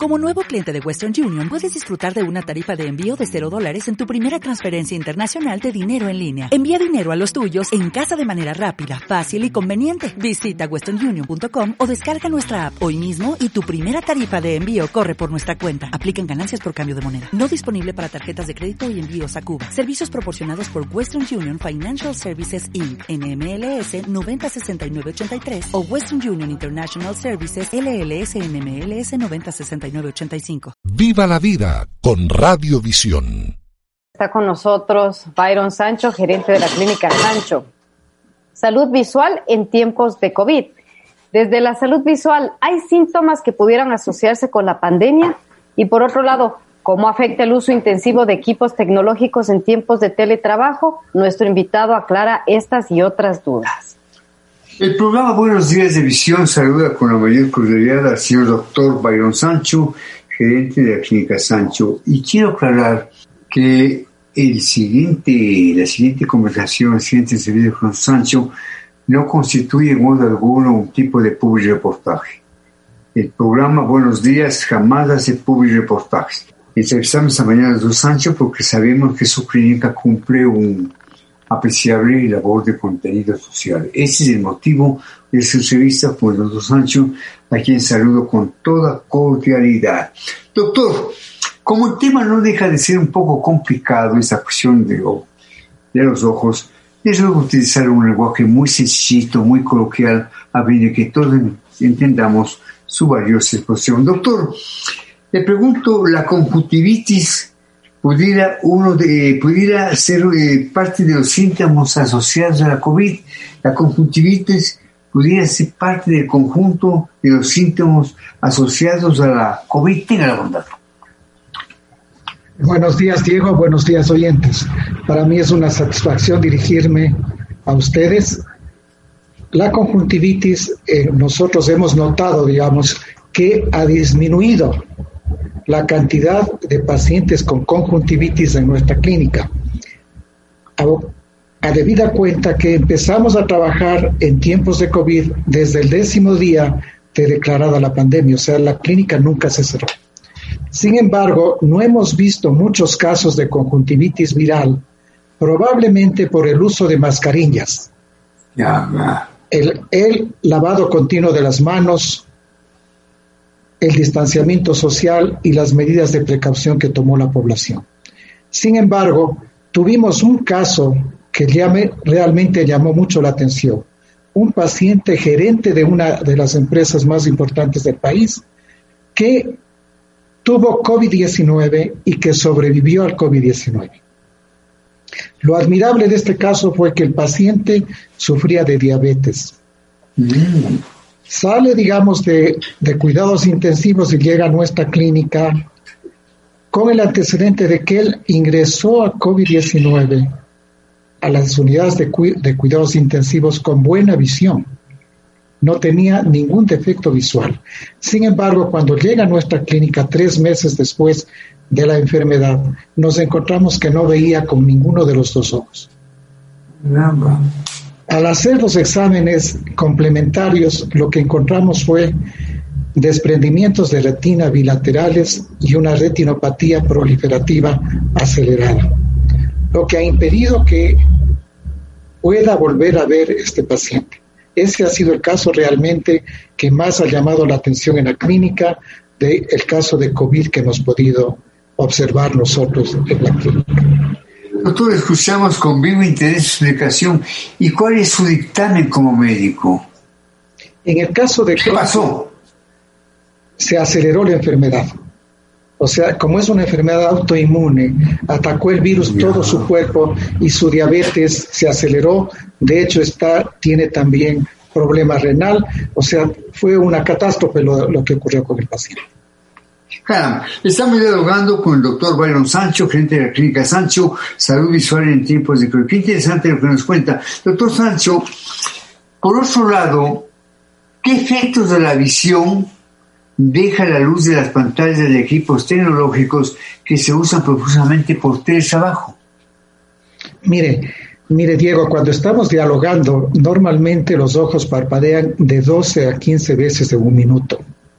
Como nuevo cliente de Western Union, puedes disfrutar de una tarifa de envío de $0 en tu primera transferencia internacional de dinero en línea. Envía dinero a los tuyos en casa de manera rápida, fácil y conveniente. Visita westernunion.com o descarga nuestra app hoy mismo y tu primera tarifa de envío corre por nuestra cuenta. Aplican ganancias por cambio de moneda. No disponible para tarjetas de crédito y envíos a Cuba. Servicios proporcionados por Western Union Financial Services Inc. NMLS 906983 o Western Union International Services LLS NMLS 906985. Viva la vida con Radiovisión. Está con nosotros Byron Sancho, gerente de la Clínica Sancho. Salud visual en tiempos de COVID. Desde la salud visual, ¿hay síntomas que pudieran asociarse con la pandemia? Y por otro lado, ¿cómo afecta el uso intensivo de equipos tecnológicos en tiempos de teletrabajo? Nuestro invitado aclara estas y otras dudas. El programa Buenos Días de Visión saluda con la mayor cordialidad al señor doctor Byron Sancho, gerente de la Clínica Sancho. Y quiero aclarar que la siguiente conversación, el siguiente servicio con Sancho, no constituye en modo alguno un tipo de public reportaje. El programa Buenos Días jamás hace public reportajes. Entrevistamos a mañana al doctor Sancho porque sabemos que su clínica cumple un apreciable labor de contenido social. Ese es el motivo de su entrevista con el doctor Sancho, a quien saludo con toda cordialidad. Doctor, como el tema no deja de ser un poco complicado, esa cuestión de los ojos, les voy a utilizar un lenguaje muy sencillito, muy coloquial, a fin de que todos entendamos su valiosa exposición. Doctor, le pregunto, ¿la conjuntivitis pudiera ser parte de los síntomas asociados a la COVID? ¿La conjuntivitis pudiera ser parte del conjunto de los síntomas asociados a la COVID? Tenga la bondad. Buenos días, Diego. Buenos días, oyentes. Para mí es una satisfacción dirigirme a ustedes. La conjuntivitis, nosotros hemos notado, que ha disminuido la cantidad de pacientes con conjuntivitis en nuestra clínica. A debida cuenta que empezamos a trabajar en tiempos de COVID desde el 10º día de declarada la pandemia, o sea, la clínica nunca se cerró. Sin embargo, no hemos visto muchos casos de conjuntivitis viral, probablemente por el uso de mascarillas, el lavado continuo de las manos, el distanciamiento social y las medidas de precaución que tomó la población. Sin embargo, tuvimos un caso que realmente llamó mucho la atención. Un paciente gerente de una de las empresas más importantes del país que tuvo COVID-19 y que sobrevivió al COVID-19. Lo admirable de este caso fue que el paciente sufría de diabetes. Sale, de cuidados intensivos y llega a nuestra clínica con el antecedente de que él ingresó a COVID-19 a las unidades de cuidados intensivos con buena visión. No tenía ningún defecto visual. Sin embargo, cuando llega a nuestra clínica 3 meses después de la enfermedad, nos encontramos que no veía con ninguno de los 2 ojos. Al hacer los exámenes complementarios, lo que encontramos fue desprendimientos de retina bilaterales y una retinopatía proliferativa acelerada, lo que ha impedido que pueda volver a ver este paciente. Ese ha sido el caso realmente que más ha llamado la atención en la clínica, del caso de COVID que hemos podido observar nosotros en la clínica. Doctor, escuchamos con vivo interés su explicación. ¿Y cuál es su dictamen como médico? En el caso de ¿qué pasó? Se aceleró la enfermedad. O sea, como es una enfermedad autoinmune, atacó el virus todo su cuerpo y su diabetes se aceleró. De hecho, tiene también problema renal. O sea, fue una catástrofe lo que ocurrió con el paciente. Caramba, estamos dialogando con el doctor Byron Sancho, gerente de la Clínica Sancho, salud visual en tiempos de COVID. Qué interesante lo que nos cuenta. Doctor Sancho, por otro lado, ¿qué efectos de la visión deja la luz de las pantallas de equipos tecnológicos que se usan profusamente por teletrabajo? Mire, Diego, cuando estamos dialogando, normalmente los ojos parpadean de 12 a 15 veces en un minuto.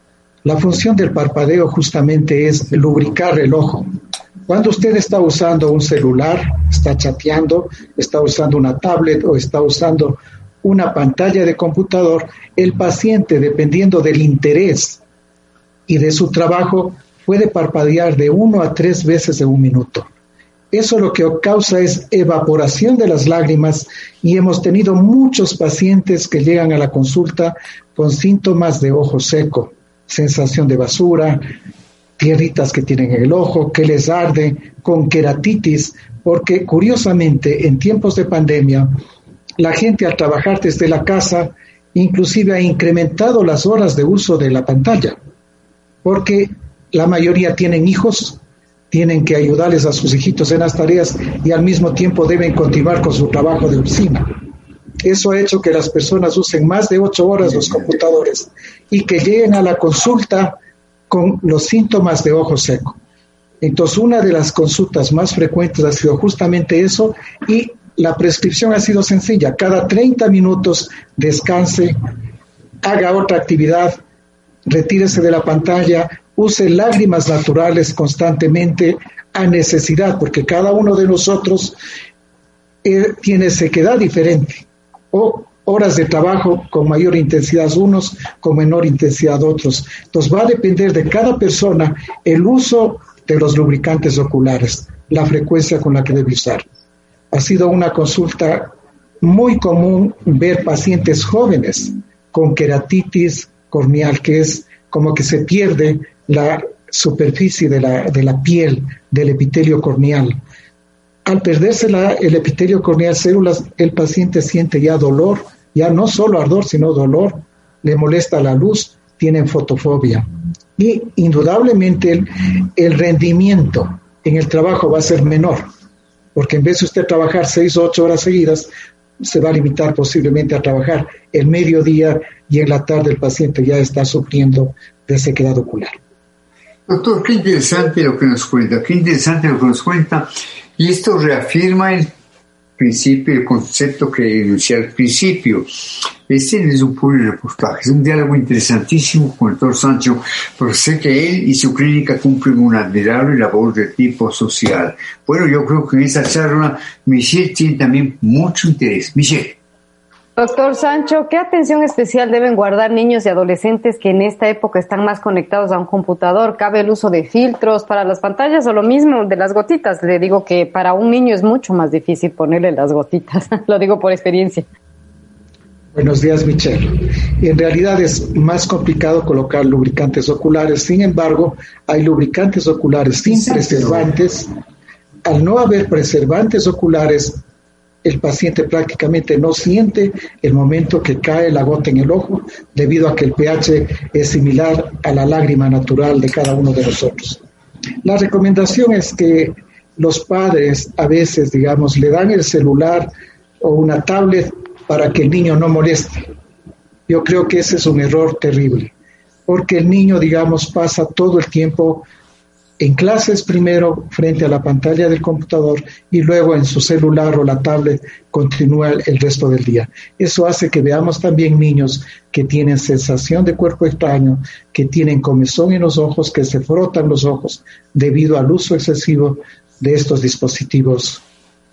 La función del parpadeo justamente es lubricar el ojo. Cuando usted está usando un celular, está chateando, está usando una tablet o está usando una pantalla de computador, el paciente, dependiendo del interés y de su trabajo, puede parpadear de 1 a 3 veces en un minuto. Eso lo que causa es evaporación de las lágrimas y hemos tenido muchos pacientes que llegan a la consulta con síntomas de ojo seco, sensación de basura, tierritas que tienen en el ojo, que les arde, con queratitis, porque curiosamente en tiempos de pandemia la gente al trabajar desde la casa inclusive ha incrementado las horas de uso de la pantalla, porque la mayoría tienen hijos, tienen que ayudarles a sus hijitos en las tareas y al mismo tiempo deben continuar con su trabajo de oficina. Eso ha hecho que las personas usen más de 8 horas los computadores y que lleguen a la consulta con los síntomas de ojo seco. Entonces, una de las consultas más frecuentes ha sido justamente eso y la prescripción ha sido sencilla. Cada 30 minutos descanse, haga otra actividad, retírese de la pantalla, use lágrimas naturales constantemente a necesidad, porque cada uno de nosotros tiene sequedad diferente o horas de trabajo con mayor intensidad unos, con menor intensidad otros. Entonces va a depender de cada persona el uso de los lubricantes oculares, la frecuencia con la que debe usar. Ha sido una consulta muy común ver pacientes jóvenes con queratitis corneal, que es como que se pierde la superficie de la piel, del epitelio corneal. Al perderse el epitelio corneal, células, el paciente siente ya dolor, ya no solo ardor, sino dolor, le molesta la luz, tienen fotofobia. Y indudablemente el rendimiento en el trabajo va a ser menor, porque en vez de usted trabajar 6 o 8 horas seguidas, se va a limitar posiblemente a trabajar el mediodía y en la tarde el paciente ya está sufriendo de sequedad ocular. Doctor, qué interesante lo que nos cuenta, y esto reafirma el principio, el concepto que enuncié al principio. Este no es un puro reportaje, es un diálogo interesantísimo con el doctor Sancho, porque sé que él y su clínica cumplen una admirable labor de tipo social. Bueno, yo creo que en esta charla Michelle tiene también mucho interés. Michelle. Doctor Sancho, ¿qué atención especial deben guardar niños y adolescentes que en esta época están más conectados a un computador? ¿Cabe el uso de filtros para las pantallas o lo mismo de las gotitas? Le digo que para un niño es mucho más difícil ponerle las gotitas, lo digo por experiencia. Buenos días, Michelle. En realidad es más complicado colocar lubricantes oculares, sin embargo, hay lubricantes oculares sin preservantes. Al no haber preservantes oculares, el paciente prácticamente no siente el momento que cae la gota en el ojo, debido a que el pH es similar a la lágrima natural de cada uno de nosotros. La recomendación es que los padres a veces, digamos, le dan el celular o una tablet para que el niño no moleste. Yo creo que ese es un error terrible, porque el niño, digamos, pasa todo el tiempo en clases primero frente a la pantalla del computador y luego en su celular o la tablet continúa el resto del día. Eso hace que veamos también niños que tienen sensación de cuerpo extraño, que tienen comezón en los ojos, que se frotan los ojos debido al uso excesivo de estos dispositivos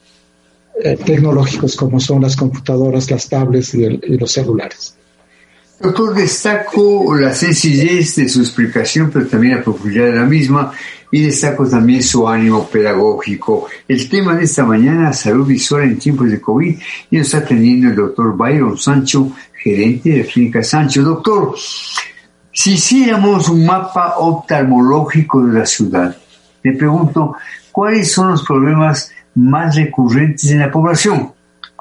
tecnológicos como son las computadoras, las tablets y los celulares. Doctor, destaco la sencillez de su explicación, pero también la profundidad de la misma, y destaco también su ánimo pedagógico. El tema de esta mañana, salud visual en tiempos de COVID, y nos está atendiendo el doctor Byron Sancho, gerente de la Clínica Sancho. Doctor, si hiciéramos un mapa oftalmológico de la ciudad, le pregunto, ¿cuáles son los problemas más recurrentes en la población?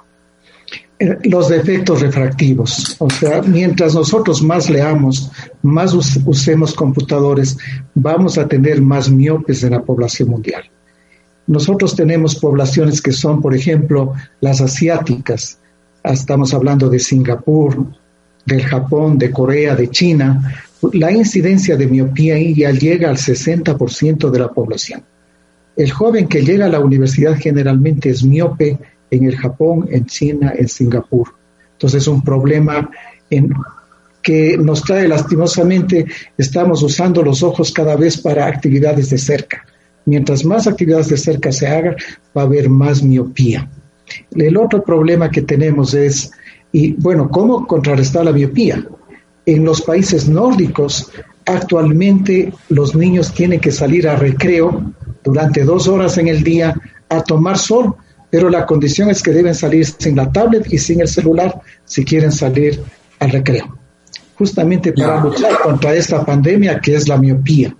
Los defectos refractivos. O sea, mientras nosotros más leamos, más usemos computadores, vamos a tener más miopes en la población mundial. Nosotros tenemos poblaciones que son, por ejemplo, las asiáticas. Estamos hablando de Singapur, del Japón, de Corea, de China. La incidencia de miopía ahí ya llega al 60% de la población. El joven que llega a la universidad generalmente es miope en el Japón, en China, en Singapur. Entonces es un problema en que nos trae lastimosamente, estamos usando los ojos cada vez para actividades de cerca. Mientras más actividades de cerca se hagan, va a haber más miopía. El otro problema que tenemos es, ¿cómo contrarrestar la miopía? En los países nórdicos, actualmente los niños tienen que salir a recreo durante 2 horas en el día a tomar sol, pero la condición es que deben salir sin la tablet y sin el celular si quieren salir al recreo. Justamente para luchar contra esta pandemia que es la miopía.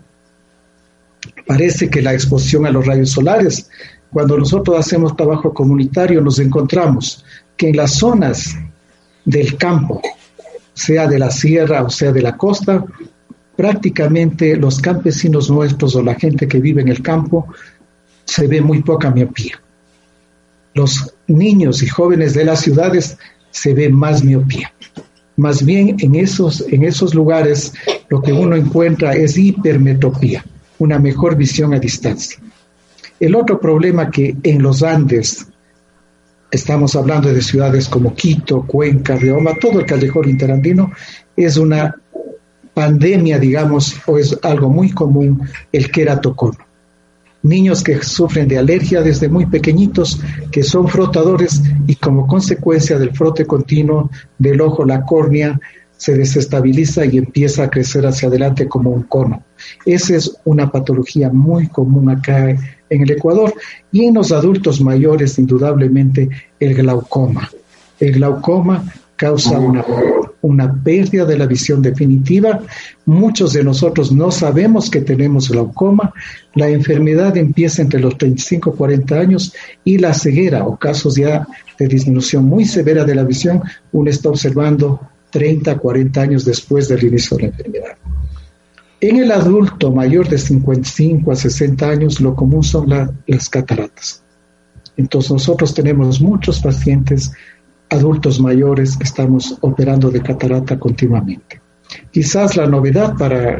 Parece que la exposición a los rayos solares, cuando nosotros hacemos trabajo comunitario, nos encontramos que en las zonas del campo, sea de la sierra o sea de la costa, prácticamente los campesinos nuestros o la gente que vive en el campo, se ve muy poca miopía. Los niños y jóvenes de las ciudades se ve más miopía. Más bien en esos lugares lo que uno encuentra es hipermetropía, una mejor visión a distancia. El otro problema que en los Andes, estamos hablando de ciudades como Quito, Cuenca, Riobamba, todo el callejón interandino, es una pandemia, digamos, o es algo muy común, el queratocono. Niños que sufren de alergia desde muy pequeñitos, que son frotadores y como consecuencia del frote continuo del ojo, la córnea se desestabiliza y empieza a crecer hacia adelante como un cono. Esa es una patología muy común acá en el Ecuador. Y en los adultos mayores, indudablemente, el glaucoma. El glaucoma causa una pérdida de la visión definitiva. Muchos de nosotros no sabemos que tenemos glaucoma. La enfermedad empieza entre los 35 y 40 años y la ceguera o casos ya de disminución muy severa de la visión, uno está observando 30, 40 años después del inicio de la enfermedad. En el adulto mayor de 55 a 60 años, lo común son las cataratas. Entonces nosotros tenemos muchos pacientes adultos mayores que estamos operando de catarata continuamente. Quizás la novedad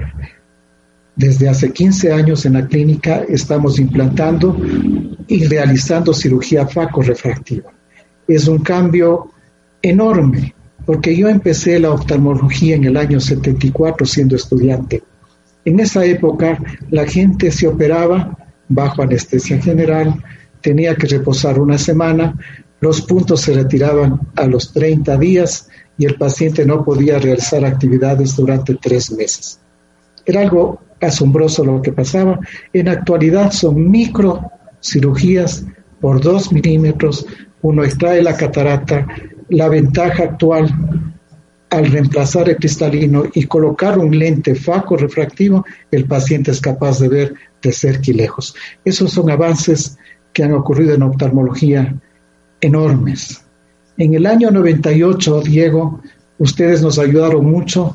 desde hace 15 años en la clínica estamos implantando y realizando cirugía facorrefractiva. Es un cambio enorme, porque yo empecé la oftalmología en el año 74 siendo estudiante. En esa época la gente se operaba bajo anestesia general, tenía que reposar una semana, los puntos se retiraban a los 30 días y el paciente no podía realizar actividades durante 3 meses. Era algo asombroso lo que pasaba. En la actualidad son microcirugías por 2 milímetros, uno extrae la catarata. La ventaja actual al reemplazar el cristalino y colocar un lente facorrefractivo, el paciente es capaz de ver de cerca y lejos. Esos son avances que han ocurrido en oftalmología enormes. En el año 98, Diego, ustedes nos ayudaron mucho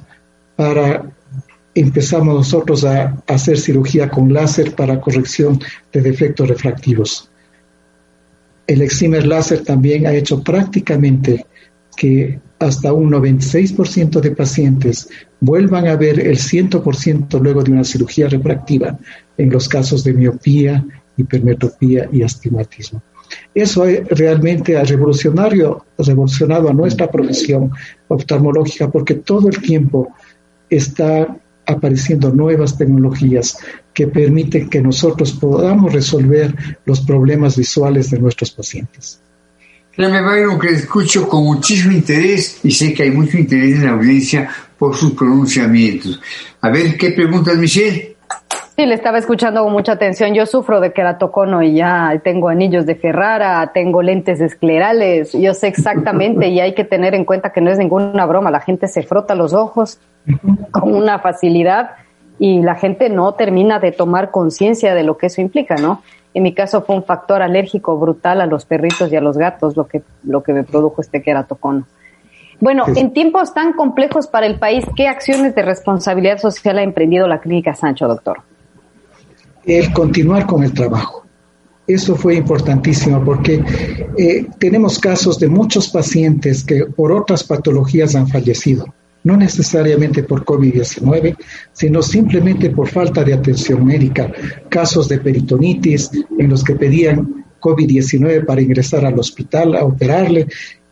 empezamos nosotros a hacer cirugía con láser para corrección de defectos refractivos. El excimer láser también ha hecho prácticamente que hasta un 96% de pacientes vuelvan a ver el 100% luego de una cirugía refractiva en los casos de miopía, hipermetropía y astigmatismo. Eso realmente ha revolucionado a nuestra profesión oftalmológica porque todo el tiempo está apareciendo nuevas tecnologías que permiten que nosotros podamos resolver los problemas visuales de nuestros pacientes. Me Byron, que escucho con muchísimo interés y sé que hay mucho interés en la audiencia por sus pronunciamientos. A ver, ¿qué preguntas, Michelle? Sí, le estaba escuchando con mucha atención. Yo sufro de queratocono y ya tengo anillos de Ferrara, tengo lentes esclerales, yo sé exactamente y hay que tener en cuenta que no es ninguna broma. La gente se frota los ojos con una facilidad y la gente no termina de tomar conciencia de lo que eso implica, ¿no? En mi caso fue un factor alérgico brutal a los perritos y a los gatos lo que me produjo este queratocono. Bueno, en tiempos tan complejos para el país, ¿qué acciones de responsabilidad social ha emprendido la Clínica Sancho, doctor? El continuar con el trabajo. Eso fue importantísimo porque tenemos casos de muchos pacientes que por otras patologías han fallecido. No necesariamente por COVID-19, sino simplemente por falta de atención médica. Casos de peritonitis en los que pedían COVID-19 para ingresar al hospital a operarle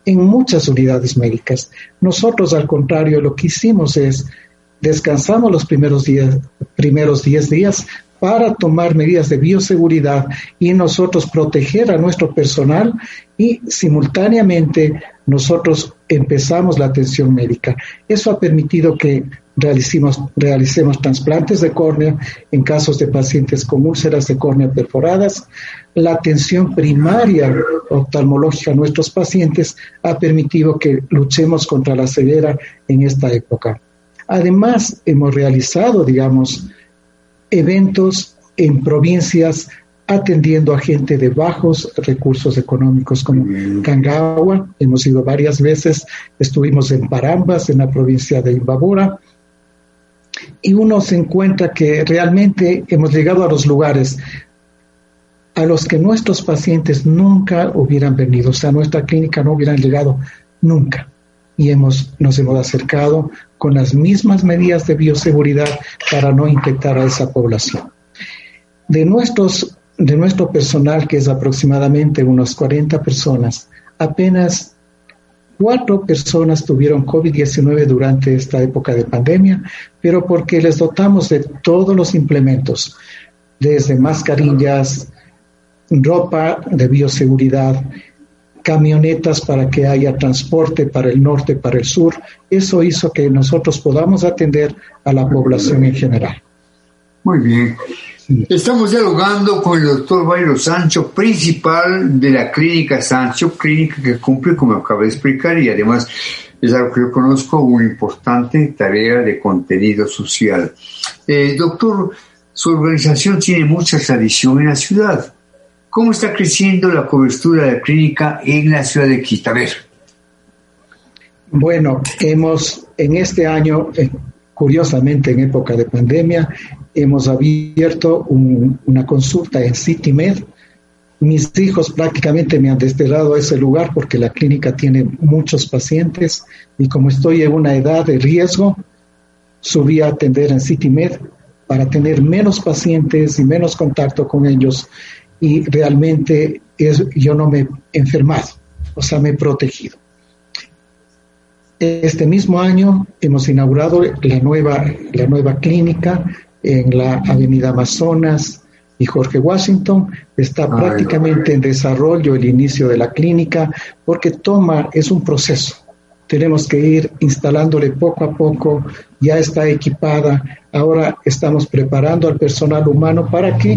en muchas unidades médicas. Nosotros, al contrario, lo que hicimos es descansamos los primeros 10 días para tomar medidas de bioseguridad y nosotros proteger a nuestro personal, y simultáneamente nosotros empezamos la atención médica. Eso ha permitido que realicemos trasplantes de córnea en casos de pacientes con úlceras de córnea perforadas. La atención primaria oftalmológica a nuestros pacientes ha permitido que luchemos contra la ceguera en esta época. Además, hemos realizado, eventos en provincias atendiendo a gente de bajos recursos económicos como Cangaua. Hemos ido varias veces, estuvimos en Parambas, en la provincia de Imbabura, y uno se encuentra que realmente hemos llegado a los lugares a los que nuestros pacientes nunca hubieran venido, o sea, a nuestra clínica no hubieran llegado nunca. Y nos hemos acercado con las mismas medidas de bioseguridad para no infectar a esa población. De nuestro personal, que es aproximadamente unos 40 personas, apenas 4 personas tuvieron COVID-19 durante esta época de pandemia, pero porque les dotamos de todos los implementos, desde mascarillas, ropa de bioseguridad, camionetas para que haya transporte para el norte, para el sur. Eso hizo que nosotros podamos atender a la población en general. Muy bien. Estamos dialogando con el doctor Byron Sancho, principal de la Clínica Sancho, clínica que cumple, como acabo de explicar, y además es algo que yo conozco, una importante tarea de contenido social. Doctor, su organización tiene mucha tradición en la ciudad. ¿Cómo está creciendo la cobertura de la clínica en la ciudad de Quito? A ver. Bueno, en este año, curiosamente en época de pandemia, hemos abierto una consulta en CityMed. Mis hijos prácticamente me han desterrado a ese lugar porque la clínica tiene muchos pacientes y como estoy en una edad de riesgo, subí a atender en CityMed para tener menos pacientes y menos contacto con ellos. Y realmente yo no me he enfermado, o sea, me he protegido. Este mismo año hemos inaugurado la nueva clínica en la Avenida Amazonas y Jorge Washington. Está prácticamente en desarrollo el inicio de la clínica porque es un proceso. Tenemos que ir instalándole poco a poco, ya está equipada. Ahora estamos preparando al personal humano para que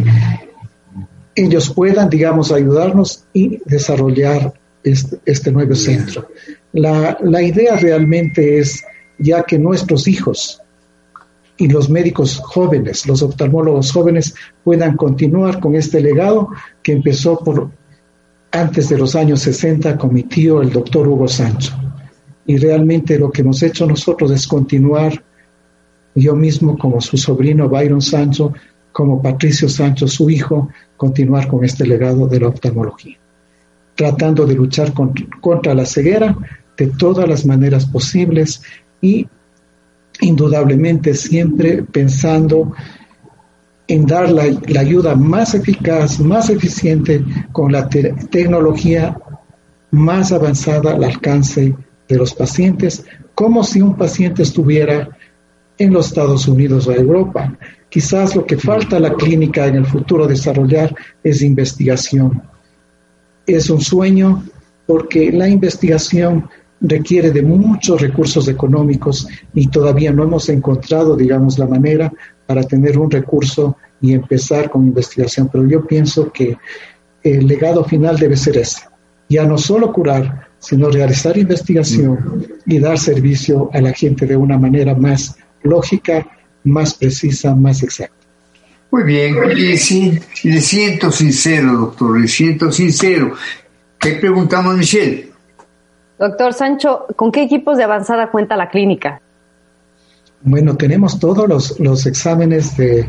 ellos puedan, ayudarnos y desarrollar este nuevo centro. La idea realmente es, ya que nuestros hijos y los médicos jóvenes, los oftalmólogos jóvenes, puedan continuar con este legado que empezó antes de los años 60 con mi tío, el doctor Hugo Sancho. Y realmente lo que hemos hecho nosotros es continuar, yo mismo como su sobrino Byron Sancho, como Patricio Sancho, su hijo, continuar con este legado de la oftalmología, tratando de luchar contra la ceguera de todas las maneras posibles y indudablemente siempre pensando en dar la ayuda más eficaz, más eficiente, con la tecnología más avanzada al alcance de los pacientes, como si un paciente estuviera en los Estados Unidos o Europa. Quizás lo que falta a la clínica en el futuro desarrollar es investigación. Es un sueño porque la investigación requiere de muchos recursos económicos y todavía no hemos encontrado, la manera para tener un recurso y empezar con investigación. Pero yo pienso que el legado final debe ser ese. Ya no solo curar, sino realizar investigación y dar servicio a la gente de una manera más lógica, más precisa, más exacta. Muy bien, y le siento sincero, doctor, le siento sincero. ¿Qué preguntamos, Michelle? Doctor Sancho, ¿con qué equipos de avanzada cuenta la clínica? Bueno, tenemos todos los exámenes de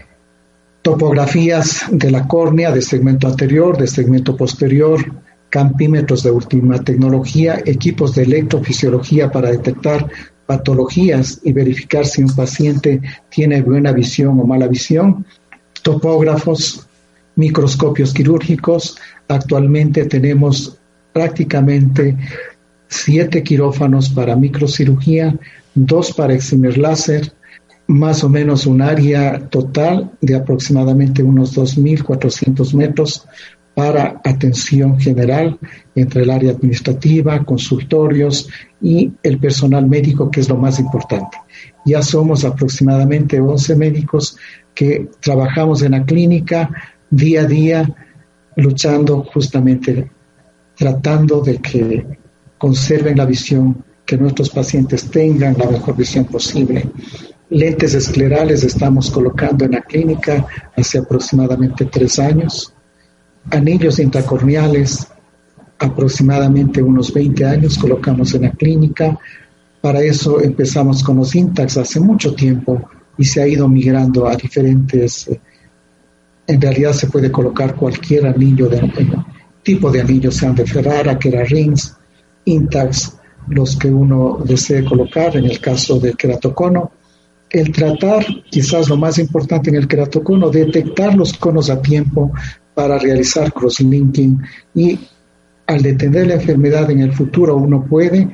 topografías de la córnea, de segmento anterior, de segmento posterior, campímetros de última tecnología, equipos de electrofisiología para detectar patologías y verificar si un paciente tiene buena visión o mala visión, topógrafos, microscopios quirúrgicos. Actualmente tenemos prácticamente 7 quirófanos para microcirugía, 2 para excimer láser, más o menos un área total de aproximadamente unos 2.400 metros para atención general entre el área administrativa, consultorios y el personal médico, que es lo más importante. Ya somos aproximadamente 11 médicos que trabajamos en la clínica día a día, luchando justamente, tratando de que conserven la visión, que nuestros pacientes tengan la mejor visión posible. Lentes esclerales estamos colocando en la clínica hace aproximadamente 3 años. Anillos intracorneales, aproximadamente unos 20 años colocamos en la clínica. Para eso empezamos con los Intacs hace mucho tiempo y se ha ido migrando a diferentes. En realidad se puede colocar cualquier anillo, tipo de anillo, sean de Ferrara, Kerarins, Intacs, los que uno desee colocar. En el caso del queratocono, el tratar, quizás lo más importante en el queratocono, detectar los conos a tiempo para realizar crosslinking, y al detener la enfermedad en el futuro uno puede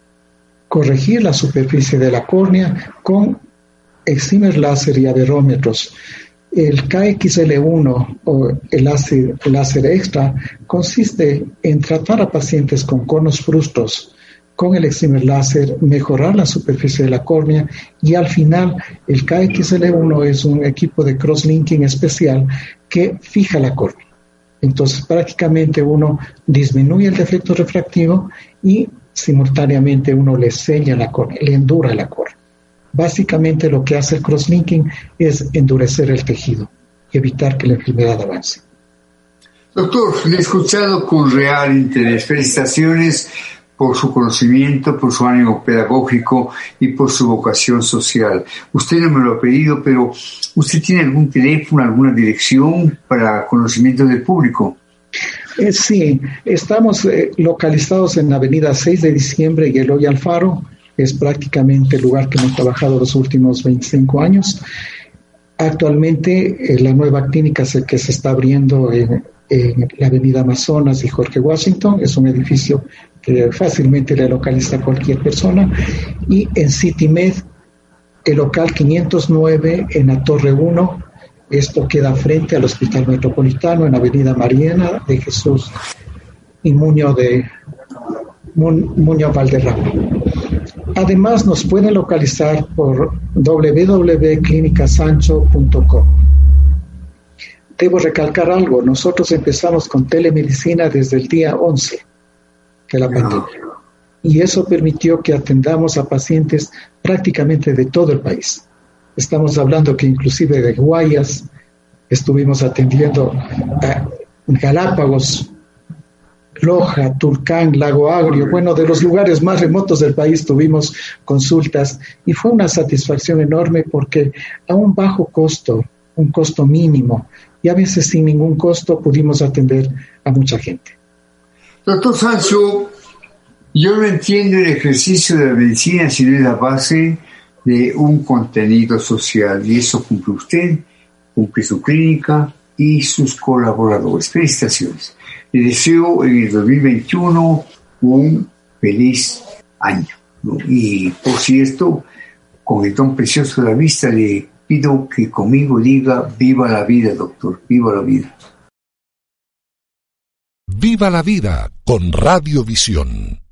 corregir la superficie de la córnea con excimer láser y aberómetros. El KXL1 o el láser extra consiste en tratar a pacientes con conos frustos con el excimer láser, mejorar la superficie de la córnea, y al final el KXL1 es un equipo de crosslinking especial que fija la córnea. Entonces prácticamente uno disminuye el defecto refractivo y simultáneamente uno le sella la córnea, le endura la córnea. Básicamente lo que hace el crosslinking es endurecer el tejido y evitar que la enfermedad avance. Doctor, le he escuchado con real interés. Felicitaciones por su conocimiento, por su ánimo pedagógico y por su vocación social. Usted no me lo ha pedido, pero ¿usted tiene algún teléfono, alguna dirección para conocimiento del público? Sí, estamos localizados en la avenida 6 de diciembre y Eloy Alfaro. Es prácticamente el lugar que hemos trabajado los últimos 25 años. Actualmente la nueva clínica que se está abriendo en la avenida Amazonas y Jorge Washington, es un edificio que fácilmente le localiza a cualquier persona, y en CityMed, el local 509 en la Torre 1, esto queda frente al Hospital Metropolitano en la avenida Mariana de Jesús y Muñoz Valderrama. Además nos pueden localizar por www.clinicasancho.com. Debo recalcar algo, nosotros empezamos con telemedicina desde el día 11 de la pandemia, y eso permitió que atendamos a pacientes prácticamente de todo el país. Estamos hablando que inclusive de Guayas estuvimos atendiendo a Galápagos, Loja, Tulcán, Lago Agrio, bueno, de los lugares más remotos del país tuvimos consultas, y fue una satisfacción enorme porque a un bajo costo, un costo mínimo, y a veces sin ningún costo, pudimos atender a mucha gente. Doctor Sancho, yo no entiendo el ejercicio de la medicina si no es la base de un contenido social, y eso cumple usted, cumple su clínica y sus colaboradores. Felicitaciones. Le deseo en el 2021 un feliz año, ¿no? Y por cierto, con el don precioso de la vista, le pido que conmigo diga: viva la vida, doctor, viva la vida. Viva la vida con Radiovisión.